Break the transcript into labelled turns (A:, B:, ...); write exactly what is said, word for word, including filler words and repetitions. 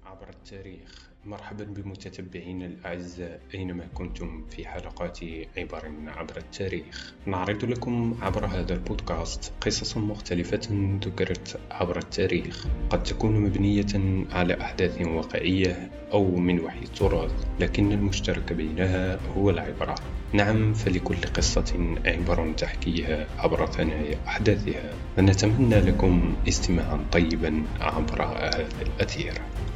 A: عبر التاريخ. مرحبا بمتتبعينا الأعزاء أينما كنتم في حلقات عبر عبر التاريخ. نعرض لكم عبر هذا البودكاست قصص مختلفة ذكرت عبر التاريخ، قد تكون مبنية على أحداث واقعية أو من وحي التراث، لكن المشترك بينها هو العبرة. نعم، فلكل قصة عبر تحكيها عبر ثنايا أحداثها، ونتمنى لكم استماعا طيبا عبر هذا الأثير.